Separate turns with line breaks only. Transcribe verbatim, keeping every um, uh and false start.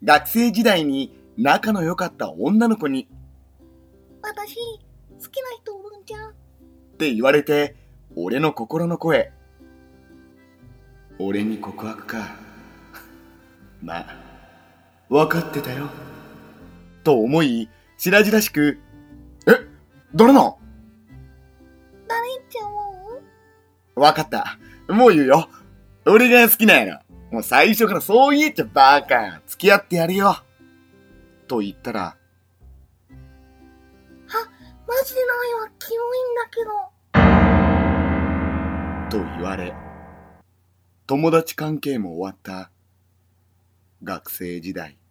学生時代に仲の良かった女の子に、
私、好きな人おるんじゃん。
って言われて、俺の心の声。俺に告白か。まあ、分かってたよ。と思い、白々しく、え、誰の？
誰って思う？
分かった。もう言うよ。俺が好きなんやろ。もう最初からそう言えちゃバカ。付き合ってやるよ。と言ったら、
は、マジでないわ、キモいんだけど。
と言われ、友達関係も終わった学生時代。